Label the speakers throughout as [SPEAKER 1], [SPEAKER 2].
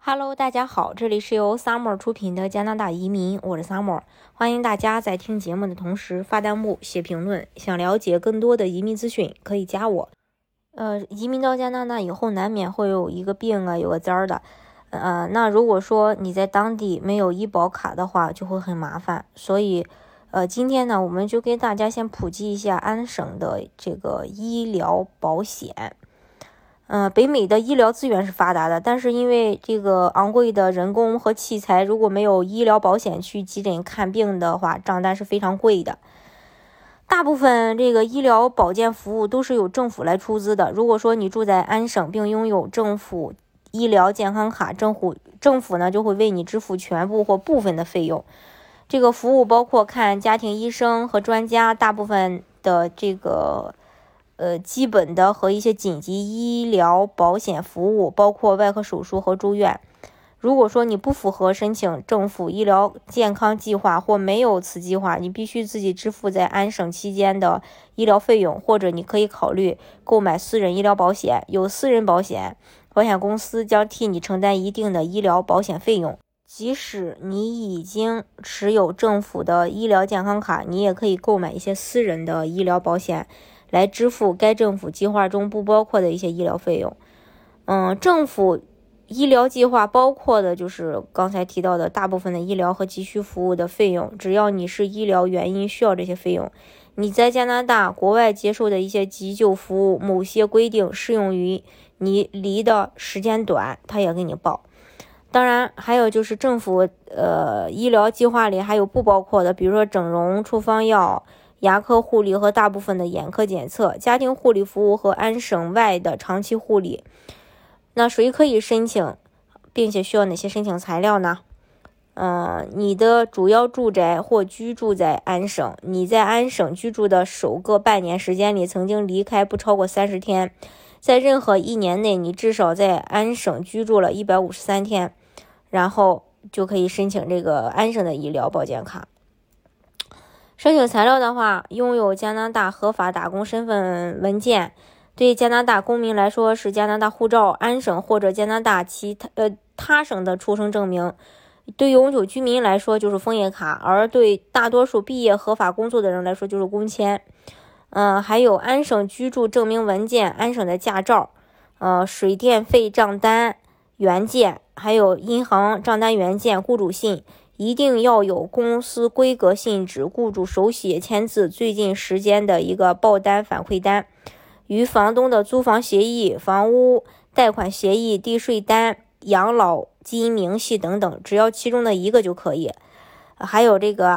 [SPEAKER 1] Hello，大家好，这里是由 Summer 出品的加拿大移民，我是 Summer， 欢迎大家在听节目的同时发弹幕、写评论。想了解更多的移民资讯，可以加我。移民到加拿大以后，难免会有一个病啊，有个灾儿的。那如果说你在当地没有医保卡的话，就会很麻烦。所以，今天呢，我们就给大家先普及一下安省的这个医疗保险。北美的医疗资源是发达的，但是因为这个昂贵的人工和器材，如果没有医疗保险去急诊看病的话，账单是非常贵的。大部分这个医疗保健服务都是由政府来出资的。如果说你住在安省并拥有政府医疗健康卡，政府呢就会为你支付全部或部分的费用。这个服务包括看家庭医生和专家，大部分的这个基本的和一些紧急医疗保险服务，包括外科手术和住院。如果说你不符合申请政府医疗健康计划或没有此计划，你必须自己支付在安省期间的医疗费用，或者你可以考虑购买私人医疗保险。有私人保险，保险公司将替你承担一定的医疗保险费用。即使你已经持有政府的医疗健康卡，你也可以购买一些私人的医疗保险来支付该政府计划中不包括的一些医疗费用。政府医疗计划包括的就是刚才提到的大部分的医疗和急需服务的费用，只要你是医疗原因需要这些费用，你在加拿大国外接受的一些急救服务，某些规定适用于你离的时间短，他也给你报。当然还有就是政府医疗计划里还有不包括的，比如说整容、处方药、牙科护理和大部分的眼科检测、家庭护理服务和安省外的长期护理。那谁可以申请，并且需要哪些申请材料呢？你的主要住宅或居住在安省，你在安省居住的首个半年时间里曾经离开不超过30天，在任何一年内你至少在安省居住了153天，然后就可以申请这个安省的医疗保健卡。申请材料的话，拥有加拿大合法打工身份文件，对加拿大公民来说是加拿大护照、安省或者加拿大他省的出生证明，对永久居民来说就是枫叶卡，而对大多数毕业合法工作的人来说就是工签。还有安省居住证明文件、安省的驾照、水电费账单原件，还有银行账单原件、雇主信，一定要有公司规格信纸、雇主手写签字、最近时间的一个报单反馈单、与房东的租房协议、房屋贷款协议、地税单、养老金明细等等，只要其中的一个就可以。还有这个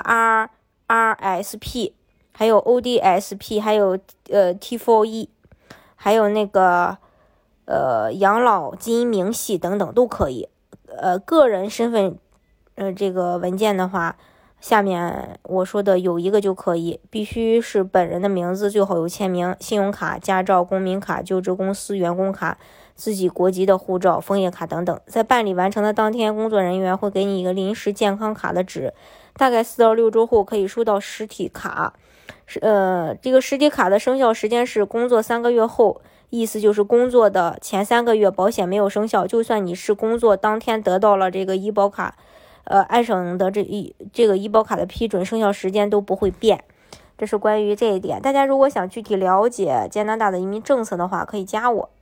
[SPEAKER 1] RRSP， 还有 ODSP， 还有T4E， 还有那个养老金明细等等都可以。个人身份这个文件的话，下面我说的有一个就可以，必须是本人的名字，最好有签名，信用卡、驾照、公民卡、就职公司员工卡、自己国籍的护照、枫叶卡等等。在办理完成的当天，工作人员会给你一个临时健康卡的纸，大概4到6周后可以收到实体卡。这个实体卡的生效时间是工作3个月后，意思就是工作的前3个月保险没有生效，就算你是工作当天得到了这个医保卡，安省的这个医保卡的批准生效时间都不会变。这是关于这一点，大家如果想具体了解加拿大的移民政策的话，可以加我。